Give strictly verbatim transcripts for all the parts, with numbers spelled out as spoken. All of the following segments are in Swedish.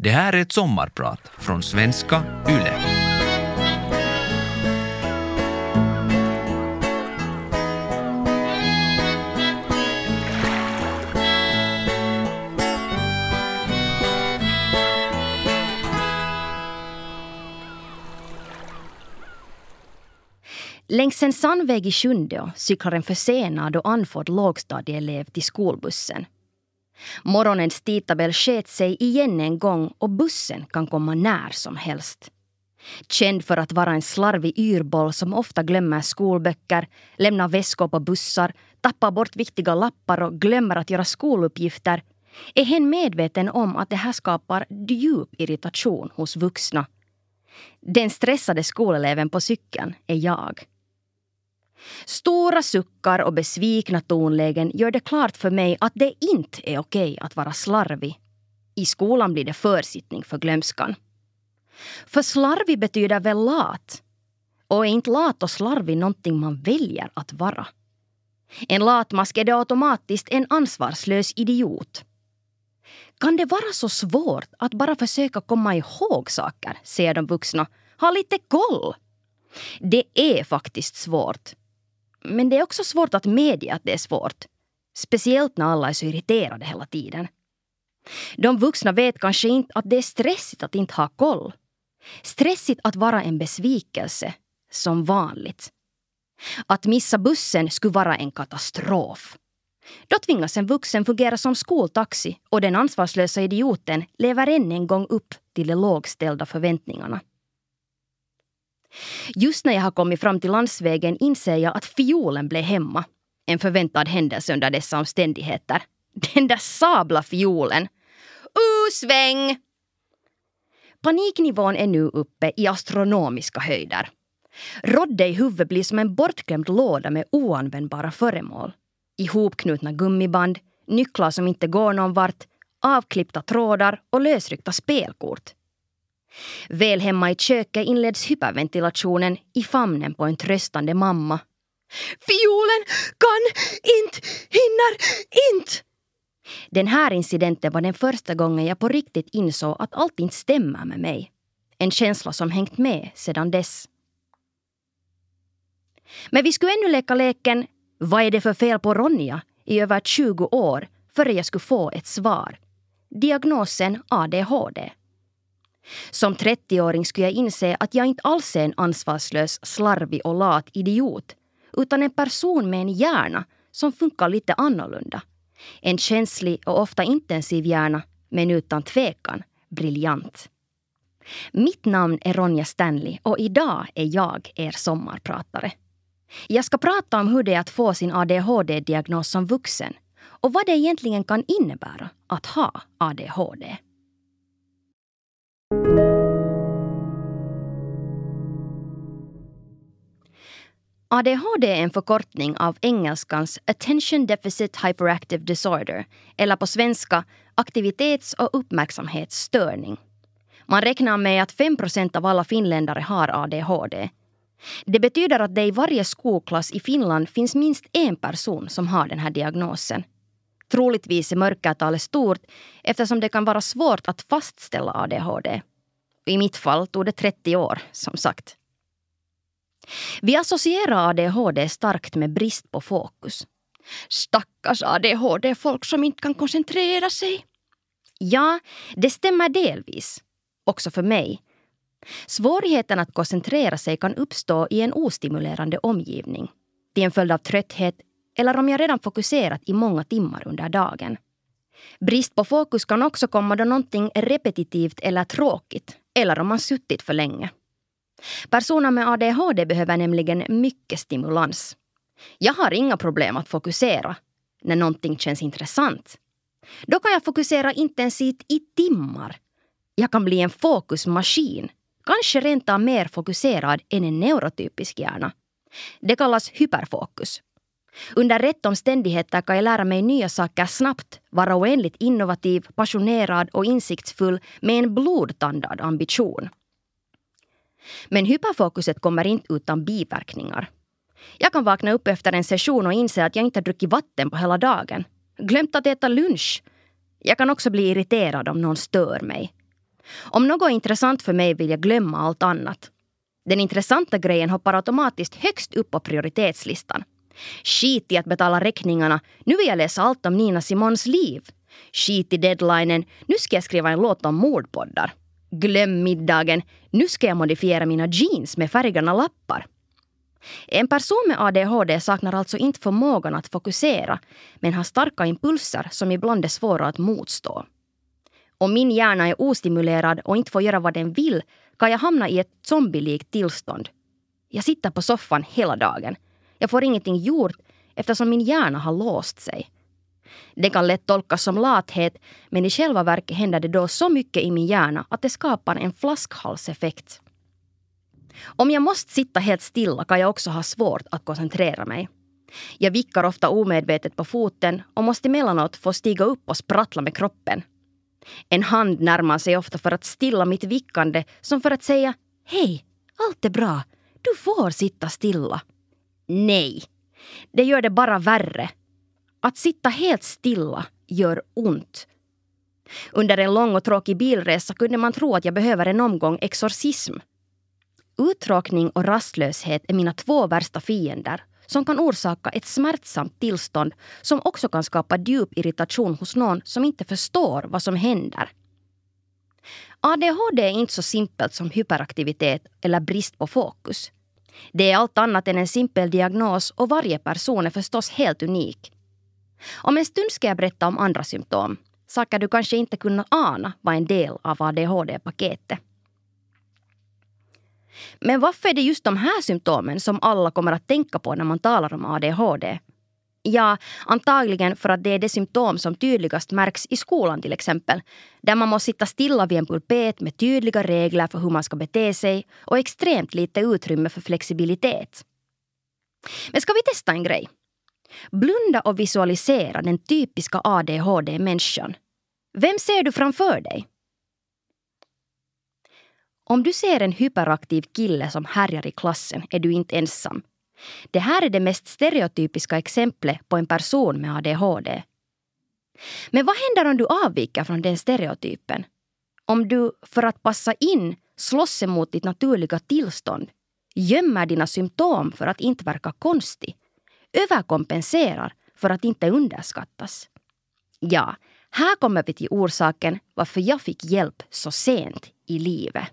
Det här är ett sommarprat från Svenska Yle. Längs en sandväg i Sjundeå cyklar en försenad och andfådd lågstadieelev till skolbussen. Morgonens tidtabell sket sig igen en gång och bussen kan komma när som helst. Känd för att vara en slarvig yrboll som ofta glömmer skolböcker, lämnar väskor på bussar, tappar bort viktiga lappar och glömmer att göra skoluppgifter, är hen medveten om att det här skapar djup irritation hos vuxna. Den stressade skoleleven på cykeln är jag. Stora suckar och besvikna tonlägen gör det klart för mig att det inte är okej att vara slarvig. I skolan blir det försittning för glömskan. För slarvig betyder väl lat. Och är inte lat och slarvig någonting man väljer att vara? En latmask är det automatiskt en ansvarslös idiot. Kan det vara så svårt att bara försöka komma ihåg saker, säger de vuxna. Ha lite koll! Det är faktiskt svårt. Men det är också svårt att medge att det är svårt. Speciellt när alla är så irriterade hela tiden. De vuxna vet kanske inte att det är stressigt att inte ha koll. Stressigt att vara en besvikelse, som vanligt. Att missa bussen skulle vara en katastrof. Då tvingas en vuxen fungera som skoltaxi och den ansvarslösa idioten lever än en gång upp till de lågställda förväntningarna. Just när jag har kommit fram till landsvägen inser jag att fiolen blev hemma. En förväntad händelse under dessa omständigheter. Den där sabla fiolen. Uh, sväng! Paniknivån är nu uppe i astronomiska höjder. Rodde i huvudet blir som en bortglömd låda med oanvändbara föremål. Ihopknutna gummiband, nycklar som inte går någon vart, avklippta trådar och lösryckta spelkort. Väl hemma i köket inleds hyperventilationen i famnen på en tröstande mamma. Fiolen kan inte, hinner inte! Den här incidenten var den första gången jag på riktigt insåg att allt inte stämmer med mig. En känsla som hängt med sedan dess. Men vi skulle ännu leka leken "Vad är det för fel på Ronja?" i över tjugo år före jag skulle få ett svar. Diagnosen A D H D. Som trettioåring skulle jag inse att jag inte alls är en ansvarslös, slarvig och lat idiot, utan en person med en hjärna som funkar lite annorlunda. En känslig och ofta intensiv hjärna, men utan tvekan briljant. Mitt namn är Ronja Stanley och idag är jag er sommarpratare. Jag ska prata om hur det är att få sin A D H D-diagnos som vuxen och vad det egentligen kan innebära att ha A D H D. A D H D är en förkortning av engelskans Attention Deficit Hyperactive Disorder, eller på svenska aktivitets- och uppmärksamhetsstörning. Man räknar med att fem procent av alla finländare har A D H D. Det betyder att det i varje skolklass i Finland finns minst en person som har den här diagnosen. Troligtvis är mörkertalet stort eftersom det kan vara svårt att fastställa A D H D. I mitt fall tog det trettio år, som sagt. Vi associerar A D H D starkt med brist på fokus. Stackars A D H D-folk som inte kan koncentrera sig. Ja, det stämmer delvis. Också för mig. Svårigheten att koncentrera sig kan uppstå i en ostimulerande omgivning. Det är en följd av trötthet eller om jag redan fokuserat i många timmar under dagen. Brist på fokus kan också komma då någonting är repetitivt eller tråkigt, eller om man suttit för länge. Personer med A D H D behöver nämligen mycket stimulans. Jag har inga problem att fokusera när någonting känns intressant. Då kan jag fokusera intensivt i timmar. Jag kan bli en fokusmaskin, kanske rent av mer fokuserad än en neurotypisk hjärna. Det kallas hyperfokus. Under rätt omständigheter kan jag lära mig nya saker snabbt, vara oändligt innovativ, passionerad och insiktsfull med en blodtandad ambition. Men hyperfokuset kommer inte utan biverkningar. Jag kan vakna upp efter en session och inse att jag inte har druckit vatten på hela dagen. Glömt att äta lunch. Jag kan också bli irriterad om någon stör mig. Om något är intressant för mig vill jag glömma allt annat. Den intressanta grejen hoppar automatiskt högst upp på prioritetslistan. Skit i att betala räkningarna, nu vill jag läsa allt om Nina Simons liv. Skit i deadlinen, nu ska jag skriva en låt om mordpoddar. Glöm middagen, nu ska jag modifiera mina jeans med färgerna lappar. En person med A D H D saknar alltså inte förmågan att fokusera, men har starka impulser som ibland är svåra att motstå. Om min hjärna är ostimulerad och inte får göra vad den vill kan jag hamna i ett zombielikt tillstånd. Jag sitter på soffan hela dagen. Jag får ingenting gjort eftersom min hjärna har låst sig. Det kan lätt tolkas som lathet, men i själva verket händer det då så mycket i min hjärna att det skapar en flaskhalseffekt. Om jag måste sitta helt stilla kan jag också ha svårt att koncentrera mig. Jag vickar ofta omedvetet på foten och måste emellanåt få stiga upp och sprattla med kroppen. En hand närmar sig ofta för att stilla mitt vickande som för att säga hej, allt är bra, du får sitta stilla. Nej, det gör det bara värre. Att sitta helt stilla gör ont. Under en lång och tråkig bilresa kunde man tro att jag behöver en omgång exorcism. Uttråkning och rastlöshet är mina två värsta fiender som kan orsaka ett smärtsamt tillstånd som också kan skapa djup irritation hos någon som inte förstår vad som händer. A D H D är inte så simpelt som hyperaktivitet eller brist på fokus. Det är allt annat än en simpel diagnos och varje person är förstås helt unik. Om en stund ska jag berätta om andra symptom. Saker du kanske inte kunnat ana var en del av A D H D-paketet. Men varför är det just de här symptomen som alla kommer att tänka på när man talar om A D H D? Ja, antagligen för att det är det symptom som tydligast märks i skolan till exempel. Där man måste sitta stilla vid en pulpet med tydliga regler för hur man ska bete sig och extremt lite utrymme för flexibilitet. Men ska vi testa en grej? Blunda och visualisera den typiska A D H D-människan. Vem ser du framför dig? Om du ser en hyperaktiv kille som härjar i klassen är du inte ensam. Det här är det mest stereotypiska exemplet på en person med A D H D. Men vad händer om du avviker från den stereotypen? Om du, för att passa in, slåss emot ditt naturliga tillstånd, gömmer dina symptom för att inte verka konstig, överkompenserar för att inte underskattas. Ja, här kommer vi till orsaken varför jag fick hjälp så sent i livet.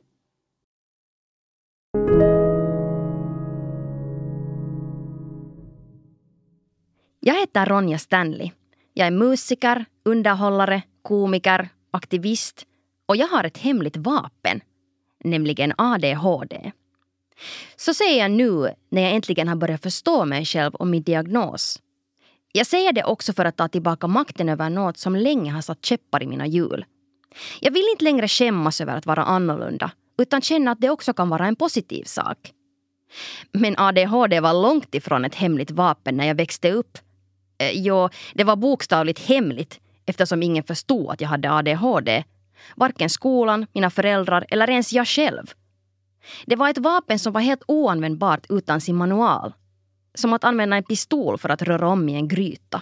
Jag heter Ronja Stanley. Jag är musiker, underhållare, komiker, aktivist och jag har ett hemligt vapen, nämligen A D H D. Så säger jag nu när jag äntligen har börjat förstå mig själv och min diagnos. Jag säger det också för att ta tillbaka makten över något som länge har satt käppar i mina hjul. Jag vill inte längre skämmas över att vara annorlunda, utan känna att det också kan vara en positiv sak. Men A D H D var långt ifrån ett hemligt vapen när jag växte upp. Eh, jo, det var bokstavligt hemligt eftersom ingen förstod att jag hade A D H D. Varken skolan, mina föräldrar eller ens jag själv. Det var ett vapen som var helt oanvändbart utan sin manual. Som att använda en pistol för att röra om i en gryta.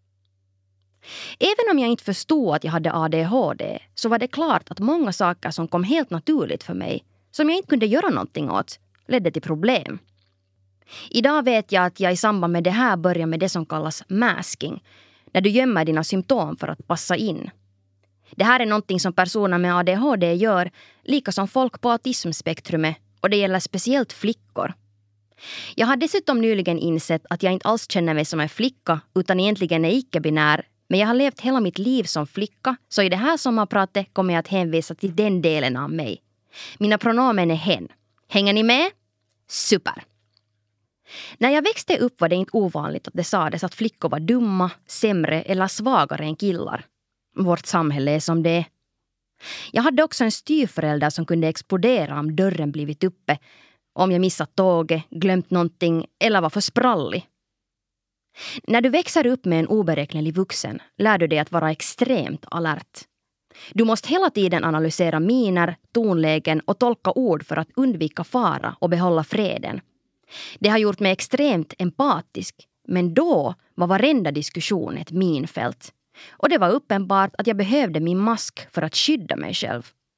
Även om jag inte förstod att jag hade A D H D så var det klart att många saker som kom helt naturligt för mig, som jag inte kunde göra någonting åt, ledde till problem. Idag vet jag att jag i samband med det här börjar med det som kallas masking, när du gömmer dina symptom för att passa in. Det här är någonting som personer med A D H D gör, lika som folk på autismspektrumet, och det gäller speciellt flickor. Jag har dessutom nyligen insett att jag inte alls känner mig som en flicka utan egentligen är icke-binär, men jag har levt hela mitt liv som flicka, så i det här sommarpratet kommer jag att hänvisa till den delen av mig. Mina pronomen är hen. Hänger ni med? Super! När jag växte upp var det inte ovanligt att det sades att flickor var dumma, sämre eller svagare än killar. Vårt samhälle är som det är. Jag hade också en styvförälder som kunde explodera om dörren blivit uppe, om jag missat tåget, glömt någonting eller var för sprallig. När du växer upp med en oberäknelig vuxen lär du dig att vara extremt alert. Du måste hela tiden analysera miner, tonlägen och tolka ord för att undvika fara och behålla freden. Det har gjort mig extremt empatisk, men då var varenda diskussion ett minfält. Och det var uppenbart att jag behövde min mask för att skydda mig själv.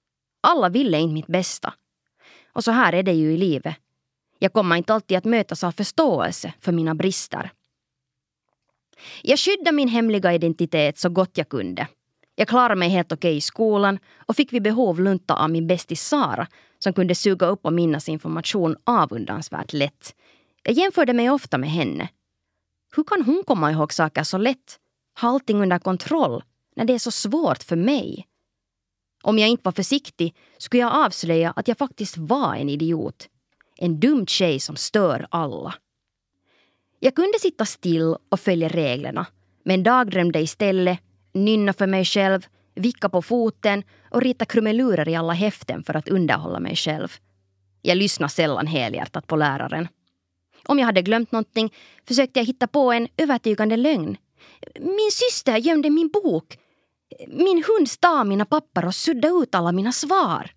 alla ville inte mitt bästa. Och så här är det ju i livet. Jag kommer inte alltid att mötas av förståelse för mina brister. Jag skyddade min hemliga identitet så gott jag kunde. Jag klarade mig helt okej i skolan och fick vid behov lunta av min bästis Sara som kunde suga upp och minnas information avundansvärt lätt. Jag jämförde mig ofta med henne. Hur kan hon komma ihåg saker så lätt? Ha allting under kontroll när det är så svårt för mig? Om jag inte var försiktig skulle jag avslöja att jag faktiskt var en idiot. En dum tjej som stör alla. Jag kunde sitta still och följa reglerna, men dagdrömde istället, nynna för mig själv, vicka på foten och rita krumelurer i alla häften för att underhålla mig själv. Jag lyssnade sällan helhjärtat på läraren. Om jag hade glömt någonting försökte jag hitta på en övertygande lögn. Min syster gömde min bok. Min hund stal mina papper och sudda ut alla mina svar.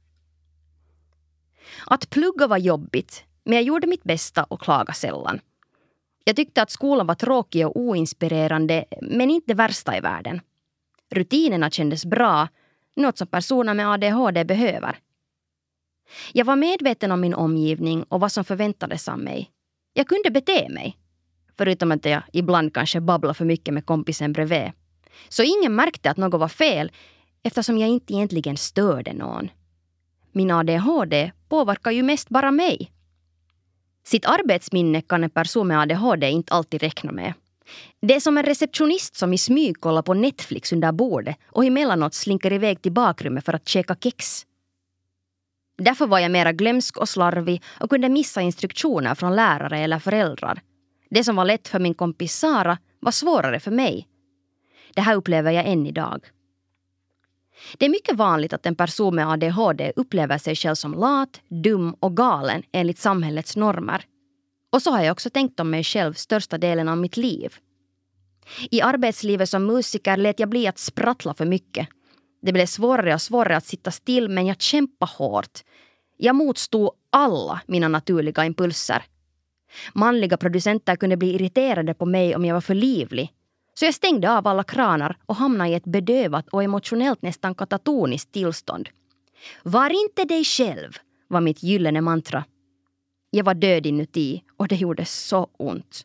Att plugga var jobbigt, men jag gjorde mitt bästa och klagade sällan. Jag tyckte att skolan var tråkig och oinspirerande, men inte det värsta i världen. Rutinerna kändes bra, något som personer med A D H D behöver. Jag var medveten om min omgivning och vad som förväntades av mig. Jag kunde bete mig, förutom att jag ibland kanske babblade för mycket med kompisen bredvid. Så ingen märkte att något var fel, eftersom jag inte egentligen störde någon. Min A D H D påverkar ju mest bara mig. Sitt arbetsminne kan en person med A D H D inte alltid räkna med. Det är som en receptionist som i smyg kollar på Netflix under bordet och emellanåt slinker iväg till bakrummet för att käka kex. Därför var jag mera glömsk och slarvig och kunde missa instruktioner från lärare eller föräldrar. Det som var lätt för min kompis Sara var svårare för mig. Det här upplever jag än idag. Det är mycket vanligt att en person med A D H D upplever sig själv som lat, dum och galen enligt samhällets normer. Och så har jag också tänkt om mig själv största delen av mitt liv. I arbetslivet som musiker lät jag bli att sprattla för mycket. Det blev svårare och svårare att sitta still, men jag kämpade hårt. Jag motstod alla mina naturliga impulser. Manliga producenter kunde bli irriterade på mig om jag var för livlig. Så jag stängde av alla kranar och hamnade i ett bedövat och emotionellt nästan katatoniskt tillstånd. Var inte dig själv, var mitt gyllene mantra. Jag var död inuti och det gjorde så ont.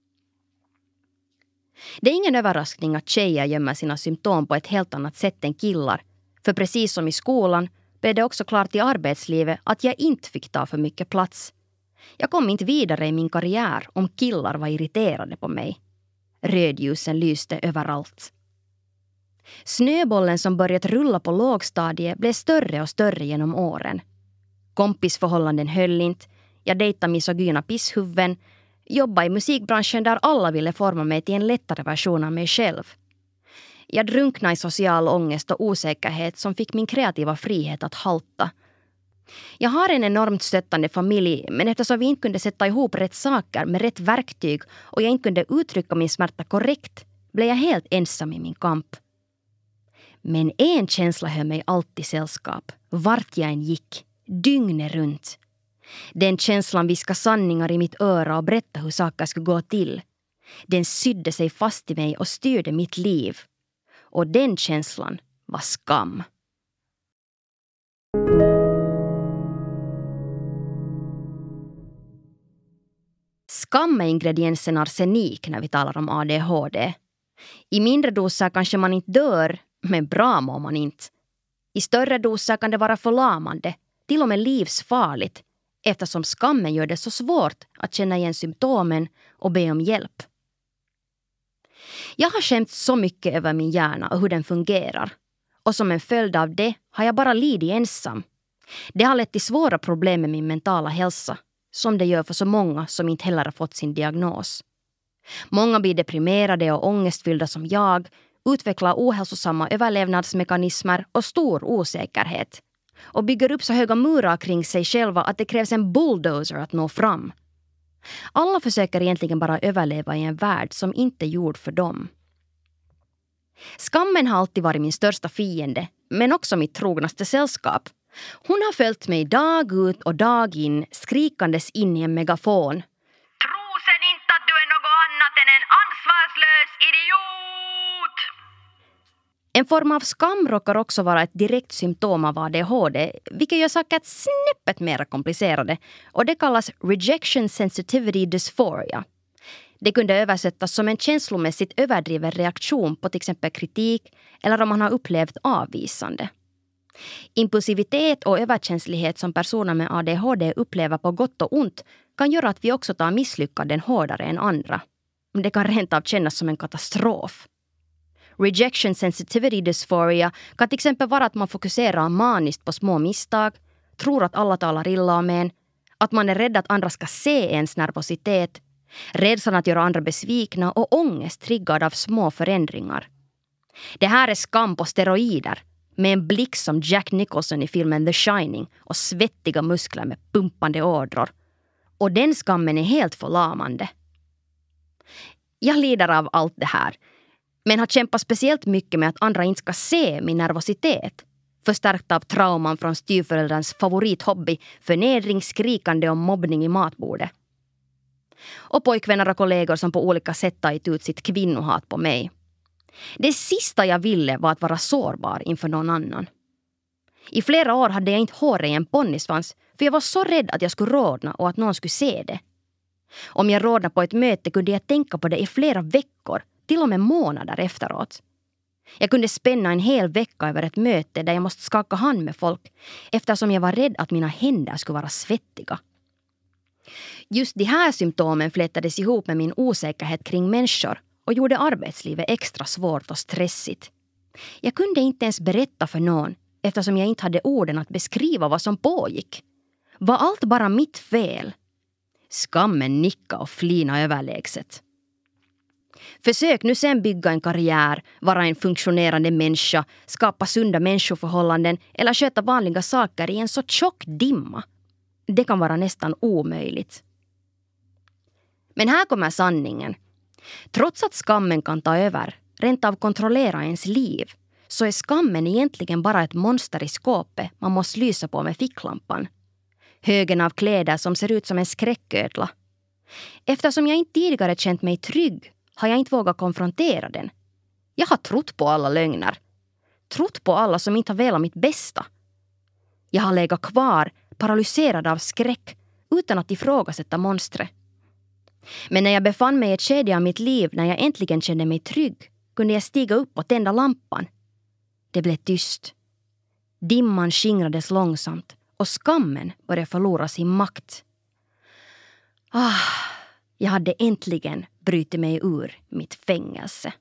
Det är ingen överraskning att tjejer gömmer sina symptom på ett helt annat sätt än killar. För precis som i skolan blev det också klart i arbetslivet att jag inte fick ta för mycket plats. Jag kom inte vidare i min karriär om killar var irriterade på mig. Rödljusen lyste överallt. Snöbollen som börjat rulla på lågstadiet blev större och större genom åren. Kompisförhållanden höll inte. Jag dejtade misogyna pisshuvuden. Jobbade i musikbranschen där alla ville forma mig till en lättare version av mig själv. Jag drunknade i social ångest och osäkerhet som fick min kreativa frihet att halta. Jag har en enormt stöttande familj, men eftersom vi inte kunde sätta ihop rätt saker med rätt verktyg och jag inte kunde uttrycka min smärta korrekt, blev jag helt ensam i min kamp. Men en känsla höll mig alltid sällskap, vart jag än gick, dygnet runt. Den känslan viskade sanningar i mitt öra och berättade hur saker skulle gå till. Den sydde sig fast i mig och styrde mitt liv. Och den känslan var skam. Skam är ingrediensen arsenik när vi talar om A D H D. I mindre doser kanske man inte dör, men bra mår man inte. I större doser kan det vara förlamande, till och med livsfarligt, eftersom skammen gör det så svårt att känna igen symptomen och be om hjälp. Jag har skämt så mycket över min hjärna och hur den fungerar. Och som en följd av det har jag bara lidit ensam. Det har lett till svåra problem med min mentala hälsa, som det gör för så många som inte heller har fått sin diagnos. Många blir deprimerade och ångestfyllda som jag, utvecklar ohälsosamma överlevnadsmekanismer och stor osäkerhet. Och bygger upp så höga murar kring sig själva att det krävs en bulldozer att nå fram. Alla försöker egentligen bara överleva i en värld som inte är gjord för dem. Skammen har alltid varit min största fiende, men också mitt trognaste sällskap. Hon har följt mig dag ut och dag in, skrikandes in i en megafon. Tro sen inte att du är något annat än en ansvarslös idiot! En form av skam råkar också vara ett direkt symptom av A D H D, vilket gör saker snäppet mer komplicerade, och det kallas rejection sensitivity dysphoria. Det kunde översättas som en känslomässigt överdriven reaktion på till exempel kritik eller om man har upplevt avvisande. Impulsivitet och överkänslighet som personer med A D H D upplever på gott och ont kan göra att vi också tar misslyckanden hårdare än andra. Det kan rent av kännas som en katastrof. Rejection sensitivity dysphoria kan till exempel vara att man fokuserar maniskt på små misstag, tror att alla talar illa om en, att man är rädd att andra ska se ens nervositet, rädslan att göra andra besvikna och ångest triggad av små förändringar. Det här är skam på steroider, med en blick som Jack Nicholson i filmen The Shining och svettiga muskler med pumpande ådror. Och den skammen är helt förlamande. Jag lider av allt det här, men har kämpat speciellt mycket med att andra inte ska se min nervositet. Förstärkt av trauman från styvförälderns favorithobby, förnedring, skrikande och mobbning i matbordet. Och pojkvänner och kollegor som på olika sätt tagit ut sitt kvinnohat på mig. Det sista jag ville var att vara sårbar inför någon annan. I flera år hade jag inte hår i en ponnysvans, för jag var så rädd att jag skulle rodna och att någon skulle se det. Om jag rodnade på ett möte kunde jag tänka på det i flera veckor, till och med månader efteråt. Jag kunde spänna en hel vecka över ett möte där jag måste skaka hand med folk, eftersom jag var rädd att mina händer skulle vara svettiga. Just de här symptomen flätades ihop med min osäkerhet kring människor och gjorde arbetslivet extra svårt och stressigt. Jag kunde inte ens berätta för någon eftersom jag inte hade orden att beskriva vad som pågick. Var allt bara mitt fel? Skammen nicka och flina överlägset. Försök nu sen bygga en karriär, vara en funktionerande människa, skapa sunda människoförhållanden eller sköta vanliga saker i en så tjock dimma. Det kan vara nästan omöjligt. Men här kommer sanningen. Trots att skammen kan ta över, rent av kontrollera ens liv, så är skammen egentligen bara ett monster i skåpet man måste lysa på med ficklampan. Högen av kläder som ser ut som en skräcködla. Eftersom jag inte tidigare känt mig trygg har jag inte vågat konfrontera den. Jag har trott på alla lögner. Trott på alla som inte har velat mitt bästa. Jag har legat kvar, paralyserad av skräck, utan att ifrågasätta monstret. Men när jag befann mig i ett skede av mitt liv när jag äntligen kände mig trygg, kunde jag stiga upp och tända lampan. Det blev tyst. Dimman skingrades långsamt och skammen började förlora sin makt. Ah, jag hade äntligen brutit mig ur mitt fängelse.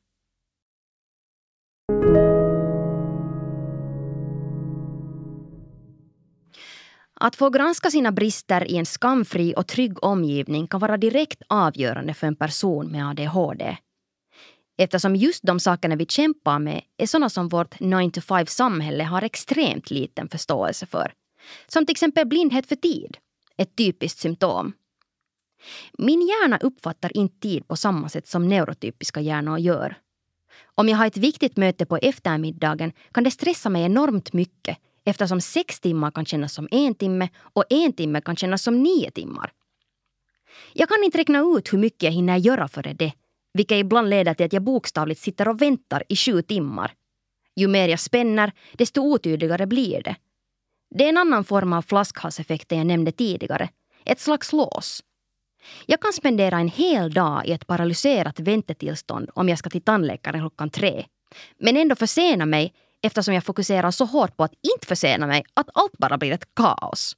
Att få granska sina brister i en skamfri och trygg omgivning kan vara direkt avgörande för en person med A D H D. Eftersom just de sakerna vi kämpar med är sådana som vårt nine to five samhälle har extremt liten förståelse för. Som till exempel blindhet för tid, ett typiskt symptom. Min hjärna uppfattar inte tid på samma sätt som neurotypiska hjärnor gör. Om jag har ett viktigt möte på eftermiddagen kan det stressa mig enormt mycket eftersom sex timmar kan kännas som en timme och en timme kan kännas som nio timmar. Jag kan inte räkna ut hur mycket jag hinner göra före det, vilket ibland leder till att jag bokstavligt sitter och väntar i sju timmar. Ju mer jag spänner, desto otydligare blir det. Det är en annan form av flaskhalseffekt jag nämnde tidigare, ett slags lås. Jag kan spendera en hel dag i ett paralyserat väntetillstånd om jag ska till tandläkaren klockan tre, men ändå försena mig eftersom jag fokuserar så hårt på att inte försena mig att allt bara blir ett kaos.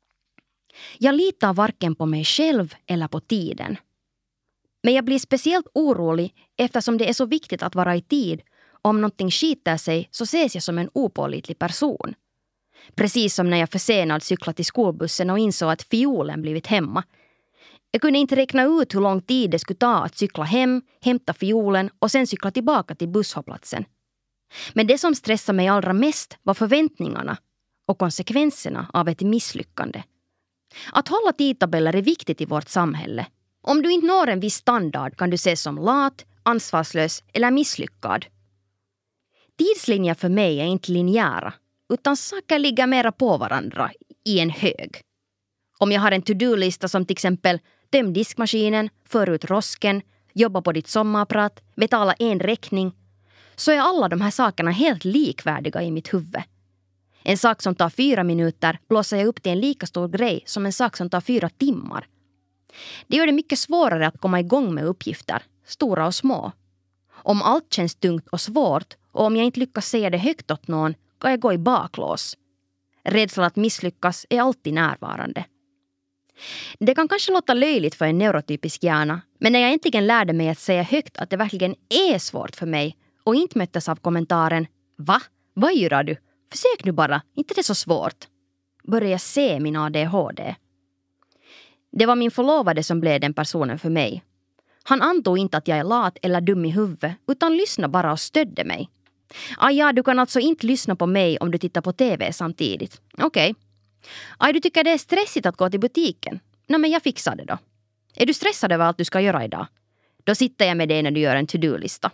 Jag litar varken på mig själv eller på tiden. Men jag blir speciellt orolig eftersom det är så viktigt att vara i tid. Om någonting skiter sig så ses jag som en opålitlig person. Precis som när jag försenad cyklade till skolbussen och insåg att fiolen blivit hemma. Jag kunde inte räkna ut hur lång tid det skulle ta att cykla hem, hämta fiolen och sen cykla tillbaka till busshållplatsen. Men det som stressade mig allra mest var förväntningarna och konsekvenserna av ett misslyckande. Att hålla tidtabeller är viktigt i vårt samhälle. Om du inte når en viss standard kan du ses som lat, ansvarslös eller misslyckad. Tidslinjer för mig är inte linjära, utan saker ligger mera på varandra i en hög. Om jag har en to-do-lista som till exempel töm diskmaskinen, för ut rosken, jobba på ditt sommarprat, betala en räkning, så är alla de här sakerna helt likvärdiga i mitt huvud. En sak som tar fyra minuter blåser jag upp till en lika stor grej som en sak som tar fyra timmar. Det gör det mycket svårare att komma igång med uppgifter, stora och små. Om allt känns tungt och svårt och om jag inte lyckas säga det högt åt någon kan jag gå i baklås. Rädslan att misslyckas är alltid närvarande. Det kan kanske låta löjligt för en neurotypisk hjärna, men när jag äntligen lärde mig att säga högt att det verkligen är svårt för mig och inte möttes av kommentaren "Va? Vad gör du? Försök nu bara, inte det är så svårt", började jag se min A D H D. Det var min förlovade som blev den personen för mig. Han antog inte att jag är lat eller dum i huvudet utan lyssnade bara och stödde mig. Ah, ja, du kan alltså inte lyssna på mig om du tittar på tv samtidigt. Okej. Okay. Ah, du tycker det är stressigt att gå till butiken? Nej, men jag fixar det då. Är du stressad över allt du ska göra idag? Då sitter jag med dig när du gör en to-do-lista.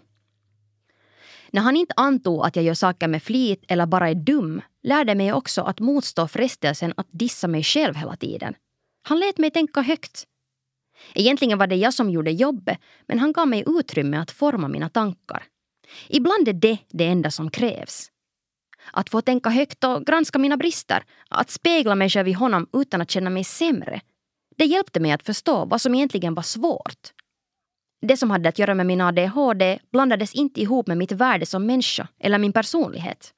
När han inte antog att jag gör saker med flit eller bara är dum lärde mig också att motstå frestelsen att dissa mig själv hela tiden. Han lät mig tänka högt. Egentligen var det jag som gjorde jobbet, men han gav mig utrymme att forma mina tankar. Ibland är det det enda som krävs. Att få tänka högt och granska mina brister, att spegla mig själv i honom utan att känna mig sämre. Det hjälpte mig att förstå vad som egentligen var svårt. Det som hade att göra med min A D H D blandades inte ihop med mitt värde som människa eller min personlighet.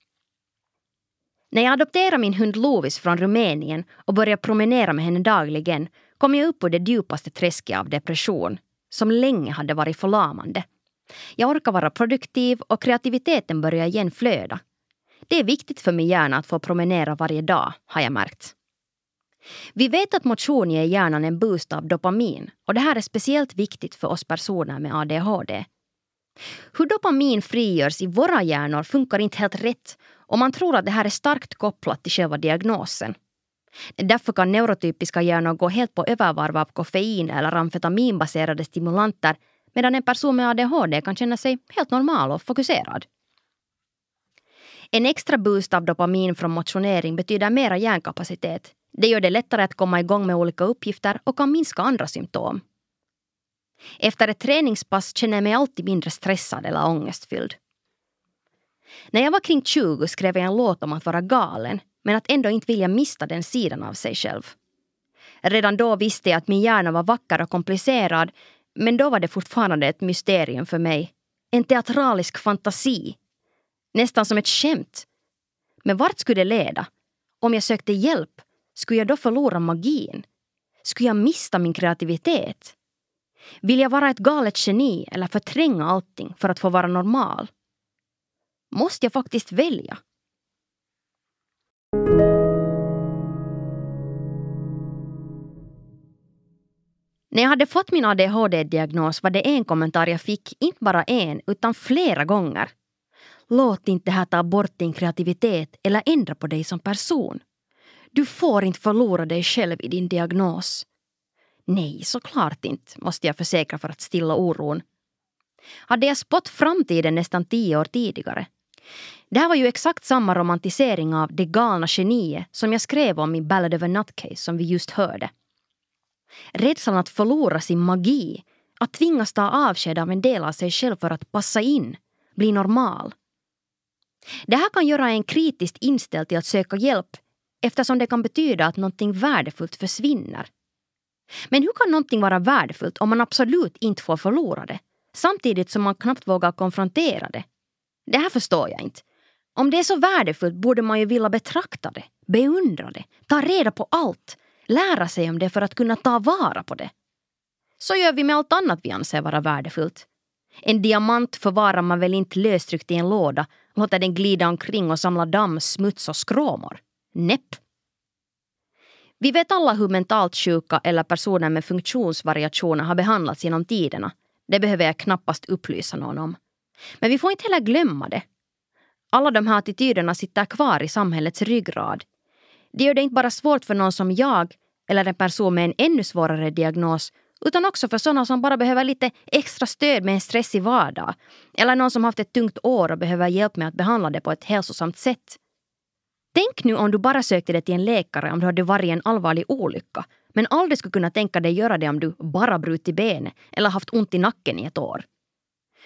När jag adopterade min hund Lovis från Rumänien och började promenera med henne dagligen kom jag upp ur det djupaste träsket av depression, som länge hade varit förlamande. Jag orkar vara produktiv och kreativiteten börjar igen flöda. Det är viktigt för min hjärna att få promenera varje dag, har jag märkt. Vi vet att motion ger hjärnan en boost av dopamin och det här är speciellt viktigt för oss personer med A D H D. Hur dopamin frigörs i våra hjärnor funkar inte helt rätt och man tror att det här är starkt kopplat till själva diagnosen. Därför kan neurotypiska hjärnor gå helt på övervarv av koffein eller amfetaminbaserade stimulanter medan en person med A D H D kan känna sig helt normal och fokuserad. En extra boost av dopamin från motionering betyder mera hjärnkapacitet. Det gör det lättare att komma igång med olika uppgifter och kan minska andra symptom. Efter ett träningspass känner jag mig alltid mindre stressad eller ångestfylld. När jag var kring tjugo skrev jag en låt om att vara galen, men att ändå inte vilja mista den sidan av sig själv. Redan då visste jag att min hjärna var vacker och komplicerad, men då var det fortfarande ett mysterium för mig. En teatralisk fantasi. Nästan som ett skämt. Men vart skulle det leda? Om jag sökte hjälp, skulle jag då förlora magin? Skulle jag mista min kreativitet? Vill jag vara ett galet geni eller förtränga allting för att få vara normal? Måste jag faktiskt välja? När jag hade fått min A D H D-diagnos var det en kommentar jag fick, inte bara en utan flera gånger. Låt inte det här ta bort din kreativitet eller ändra på dig som person. Du får inte förlora dig själv i din diagnos. Nej, såklart inte, måste jag försäkra för att stilla oron. Hade jag spått framtiden nästan tio år tidigare? Det här var ju exakt samma romantisering av det galna geniet som jag skrev om i Ballad of a Nutcase som vi just hörde. Rädslan att förlora sin magi, att tvingas ta avsked av en del av sig själv för att passa in, bli normal. Det här kan göra en kritiskt inställd till att söka hjälp eftersom det kan betyda att någonting värdefullt försvinner. Men hur kan någonting vara värdefullt om man absolut inte får förlora det, samtidigt som man knappt vågar konfrontera det? Det här förstår jag inte. Om det är så värdefullt borde man ju vilja betrakta det, beundra det, ta reda på allt, lära sig om det för att kunna ta vara på det. Så gör vi med allt annat vi anser vara värdefullt. En diamant förvarar man väl inte löstryckt i en låda, låter den glida omkring och samla damm, smuts och skråmor. Näpp. Vi vet alla hur mentalt sjuka eller personer med funktionsvariationer har behandlats genom tiderna. Det behöver jag knappast upplysa någon om. Men vi får inte heller glömma det. Alla de här attityderna sitter kvar i samhällets ryggrad. Det gör det inte bara svårt för någon som jag eller en person med en ännu svårare diagnos utan också för sådana som bara behöver lite extra stöd med en stressig vardag eller någon som haft ett tungt år och behöver hjälp med att behandla det på ett hälsosamt sätt. Tänk nu om du bara sökte dig till en läkare om du hade varit i en allvarlig olycka men aldrig skulle kunna tänka dig göra det om du bara brutit benet eller haft ont i nacken i ett år.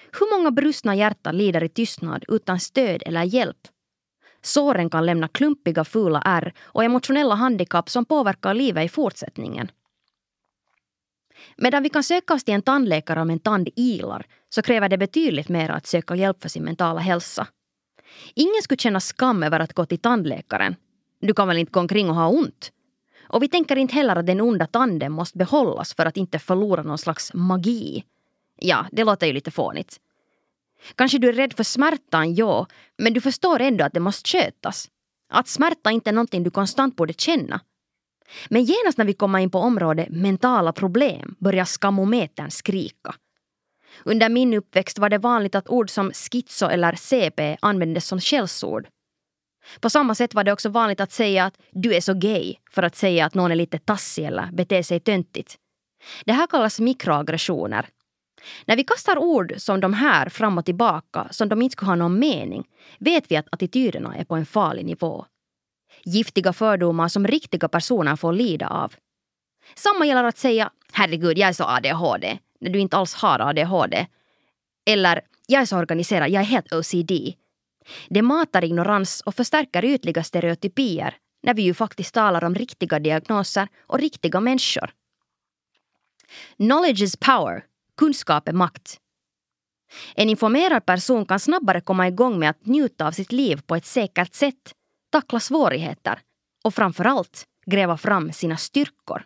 Hur många brustna hjärtan lider i tystnad utan stöd eller hjälp? Såren kan lämna klumpiga fula ärr och emotionella handikapp som påverkar livet i fortsättningen. Medan vi kan söka oss till en tandläkare om en tand ilar så kräver det betydligt mer att söka hjälp för sin mentala hälsa. Ingen skulle känna skam över att gå till tandläkaren. Du kan väl inte gå omkring och ha ont? Och vi tänker inte heller att den onda tanden måste behållas för att inte förlora någon slags magi. Ja, det låter ju lite fånigt. Kanske du är rädd för smärtan, ja, men du förstår ändå att det måste skötas. Att smärta inte är någonting du konstant borde känna. Men genast när vi kommer in på området mentala problem börjar skamometern skrika. Under min uppväxt var det vanligt att ord som schizo eller C P användes som skällsord. På samma sätt var det också vanligt att säga att du är så gay för att säga att någon är lite tassig eller beter sig töntigt. Det här kallas mikroaggressioner. När vi kastar ord som de här fram och tillbaka som de inte skulle ha någon mening vet vi att attityderna är på en farlig nivå. Giftiga fördomar som riktiga personer får lida av. Samma gäller att säga herregud jag är så A D H D när du inte alls har A D H D. Eller jag är så organiserad, jag är helt O C D. Det matar ignorans och förstärker ytliga stereotypier när vi ju faktiskt talar om riktiga diagnoser och riktiga människor. Knowledge is power. Kunskap är makt. En informerad person kan snabbare komma igång med att njuta av sitt liv på ett säkert sätt, tackla svårigheter och framförallt gräva fram sina styrkor.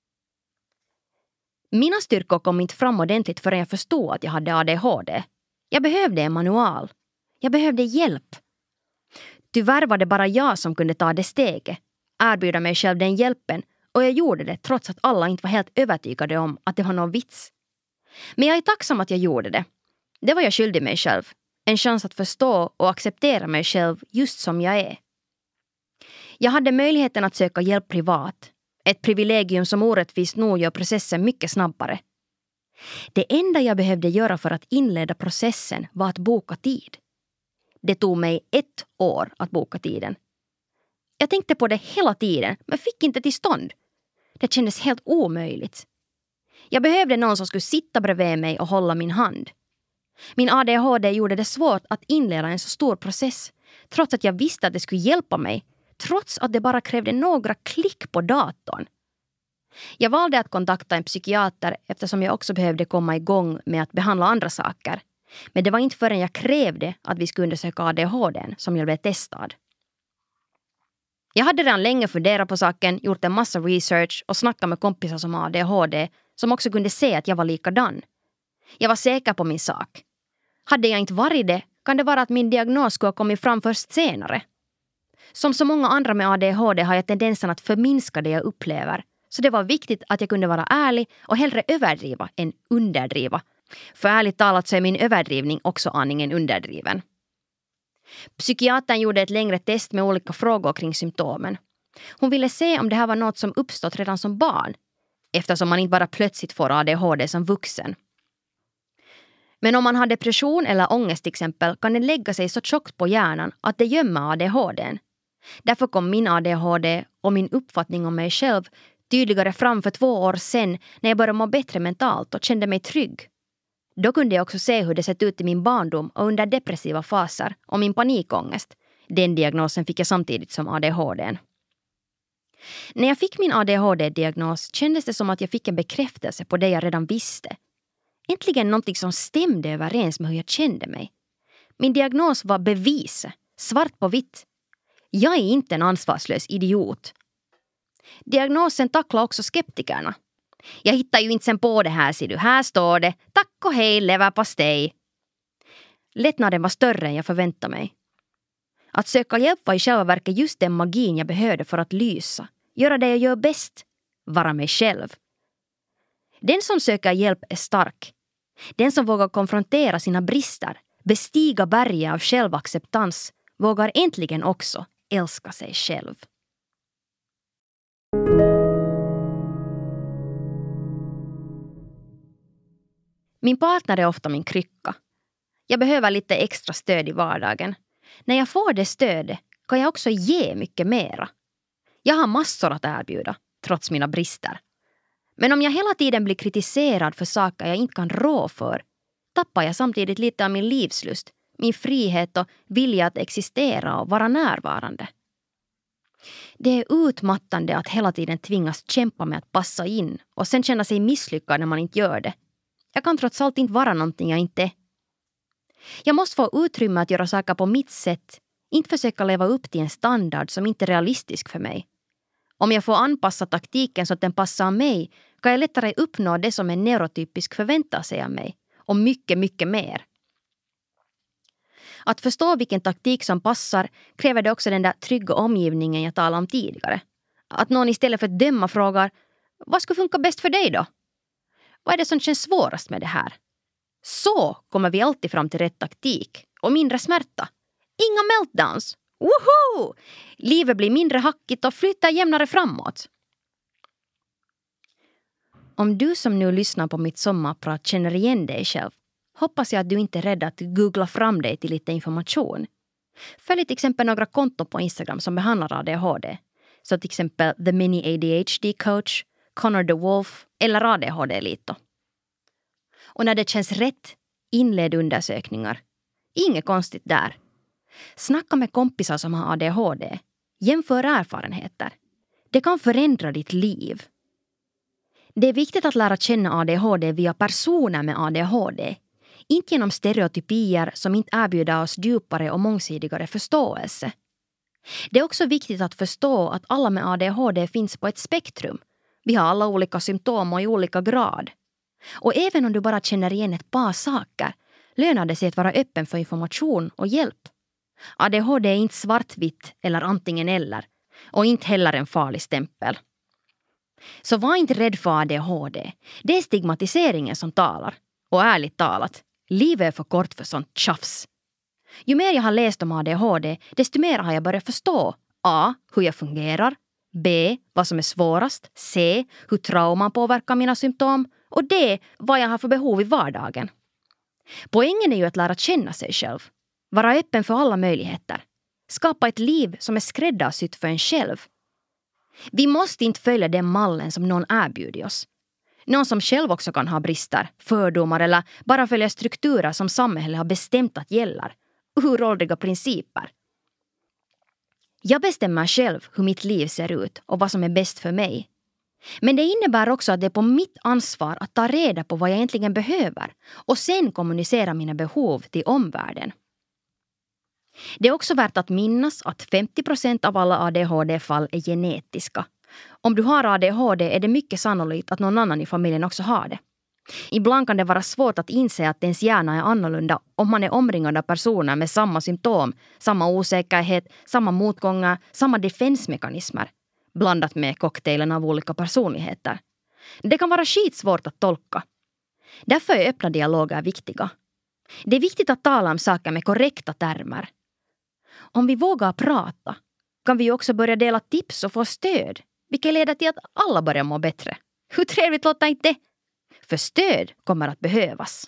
Mina styrkor kom inte fram ordentligt förrän jag förstod att jag hade A D H D. Jag behövde en manual. Jag behövde hjälp. Tyvärr var det bara jag som kunde ta det steget, erbjuda mig själv den hjälpen och jag gjorde det trots att alla inte var helt övertygade om att det var någon vits. Men jag är tacksam att jag gjorde det. Det var jag skyldig mig själv. En chans att förstå och acceptera mig själv just som jag är. Jag hade möjligheten att söka hjälp privat. Ett privilegium som orättvist nog gör processen mycket snabbare. Det enda jag behövde göra för att inleda processen var att boka tid. Det tog mig ett år att boka tiden. Jag tänkte på det hela tiden men fick inte till stånd. Det kändes helt omöjligt. Jag behövde någon som skulle sitta bredvid mig och hålla min hand. Min A D H D gjorde det svårt att inleda en så stor process, trots att jag visste att det skulle hjälpa mig, trots att det bara krävde några klick på datorn. Jag valde att kontakta en psykiater eftersom jag också behövde komma igång med att behandla andra saker. Men det var inte förrän jag krävde att vi skulle undersöka A D H D som jag blev testad. Jag hade redan länge funderat på saken, gjort en massa research och snackat med kompisar som har A D H D som också kunde se att jag var likadan. Jag var säker på min sak. Hade jag inte varit det kan det vara att min diagnos skulle ha kommit fram först senare. Som så många andra med A D H D har jag tendensen att förminska det jag upplever. Så det var viktigt att jag kunde vara ärlig och hellre överdriva än underdriva. För ärligt talat så är min överdrivning också aningen underdriven. Psykiatern gjorde ett längre test med olika frågor kring symptomen. Hon ville se om det här var något som uppstått redan som barn. Eftersom man inte bara plötsligt får A D H D som vuxen. Men om man har depression eller ångest till exempel kan den lägga sig så tjockt på hjärnan att det gömmer A D H D. Därför kom min A D H D och min uppfattning om mig själv tydligare fram för två år sedan när jag började må bättre mentalt och kände mig trygg. Då kunde jag också se hur det sett ut i min barndom och under depressiva faser och min panikångest. Den diagnosen fick jag samtidigt som A D H D. När jag fick min A D H D-diagnos kändes det som att jag fick en bekräftelse på det jag redan visste. Äntligen någonting som stämde överens med hur jag kände mig. Min diagnos var bevis, svart på vitt. Jag är inte en ansvarslös idiot. Diagnosen tacklar också skeptikerna. Jag hittar ju inte sen på det här, ser du. Här står det, tack och hej, leverpastej. Lättnaden var större än jag förväntade mig. Att söka hjälp var i själva verket just den magin jag behövde för att lysa. Göra det jag gör bäst. Vara mig själv. Den som söker hjälp är stark. Den som vågar konfrontera sina brister, bestiga berget av självacceptans, vågar äntligen också älska sig själv. Min partner är ofta min krycka. Jag behöver lite extra stöd i vardagen. När jag får det stödet kan jag också ge mycket mera. Jag har massor att erbjuda, trots mina brister. Men om jag hela tiden blir kritiserad för saker jag inte kan rå för, tappar jag samtidigt lite av min livslust, min frihet och vilja att existera och vara närvarande. Det är utmattande att hela tiden tvingas kämpa med att passa in och sen känna sig misslyckad när man inte gör det. Jag kan trots allt inte vara någonting jag inte är. Jag måste få utrymme att göra saker på mitt sätt, inte försöka leva upp till en standard som inte är realistisk för mig. Om jag får anpassa taktiken så att den passar mig kan jag lättare uppnå det som en neurotypisk förväntar sig av mig. Och mycket, mycket mer. Att förstå vilken taktik som passar kräver det också den där trygga omgivningen jag talade om tidigare. Att någon istället för att döma frågar, vad skulle funka bäst för dig då? Vad är det som känns svårast med det här? Så kommer vi alltid fram till rätt taktik och mindre smärta. Inga meltdowns. Woho! Livet blir mindre hackigt och flyttar jämnare framåt. Om du som nu lyssnar på mitt sommarprat känner igen dig själv, hoppas jag att du inte är rädd att googla fram dig till lite information. Följ till exempel några konton på Instagram som behandlar A D H D. Så till exempel The Mini A D H D Coach, Connor the Wolf eller A D H D Lito. Och när det känns rätt, inled undersökningar. Inget konstigt där. Snacka med kompisar som har A D H D. Jämför erfarenheter. Det kan förändra ditt liv. Det är viktigt att lära känna A D H D via personer med A D H D. Inte genom stereotypier som inte erbjuder oss djupare och mångsidigare förståelse. Det är också viktigt att förstå att alla med A D H D finns på ett spektrum. Vi har alla olika symptom och i olika grad. Och även om du bara känner igen ett par saker lönar det sig att vara öppen för information och hjälp. A D H D är inte svartvitt eller antingen eller. Och inte heller en farlig stämpel. Så var inte rädd för A D H D. Det är stigmatiseringen som talar. Och ärligt talat, livet är för kort för sånt tjafs. Ju mer jag har läst om A D H D, desto mer har jag börjat förstå A. Hur jag fungerar. B. Vad som är svårast. C. Hur trauman påverkar mina symptom. Och D. Vad jag har för behov i vardagen. Poängen är ju att lära känna sig själv. Vara öppen för alla möjligheter. Skapa ett liv som är skräddarsytt för en själv. Vi måste inte följa den mallen som någon erbjuder oss. Någon som själv också kan ha brister, fördomar eller bara följa strukturer som samhället har bestämt att gäller. Uråldriga principer. Jag bestämmer själv hur mitt liv ser ut och vad som är bäst för mig. Men det innebär också att det är på mitt ansvar att ta reda på vad jag egentligen behöver och sen kommunicera mina behov till omvärlden. Det är också värt att minnas att femtio procent av alla A D H D-fall är genetiska. Om du har A D H D är det mycket sannolikt att någon annan i familjen också har det. Ibland kan det vara svårt att inse att ens hjärna är annorlunda om man är omringad av personer med samma symptom, samma osäkerhet, samma motgångar, samma defensmekanismer, blandat med cocktailen av olika personligheter. Det kan vara skitsvårt att tolka. Därför är öppna dialoger viktiga. Det är viktigt att tala om saker med korrekta termer. Om vi vågar prata kan vi också börja dela tips och få stöd, vilket leder till att alla börjar må bättre. Hur trevligt låter inte det? För stöd kommer att behövas.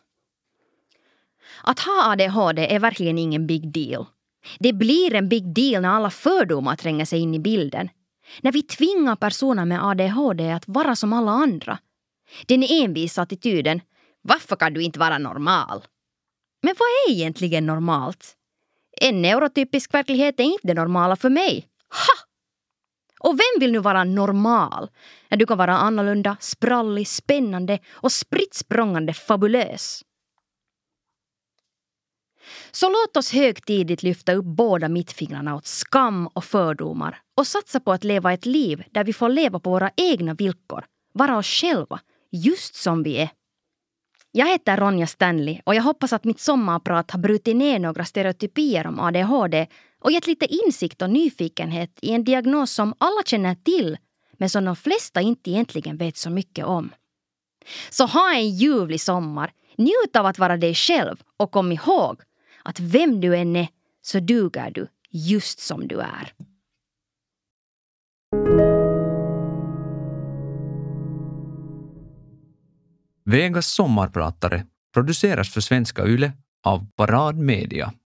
Att ha A D H D är verkligen ingen big deal. Det blir en big deal när alla fördomar tränger sig in i bilden. När vi tvingar personer med A D H D att vara som alla andra. Den envisa attityden, varför kan du inte vara normal? Men vad är egentligen normalt? En neurotypisk verklighet är inte det normala för mig. Ha! Och vem vill nu vara normal när du kan vara annorlunda, sprallig, spännande och spritt språngande fabulös? Så låt oss högtidigt lyfta upp båda mittfingrarna åt skam och fördomar och satsa på att leva ett liv där vi får leva på våra egna villkor, vara oss själva, just som vi är. Jag heter Ronja Stanley och jag hoppas att mitt sommarprat har brutit ner några stereotypier om A D H D och gett lite insikt och nyfikenhet i en diagnos som alla känner till men som de flesta inte egentligen vet så mycket om. Så ha en ljuvlig sommar, njut av att vara dig själv och kom ihåg att vem du än är så duger du just som du är. Vegas sommarpratare produceras för Svenska Yle av Parad Media.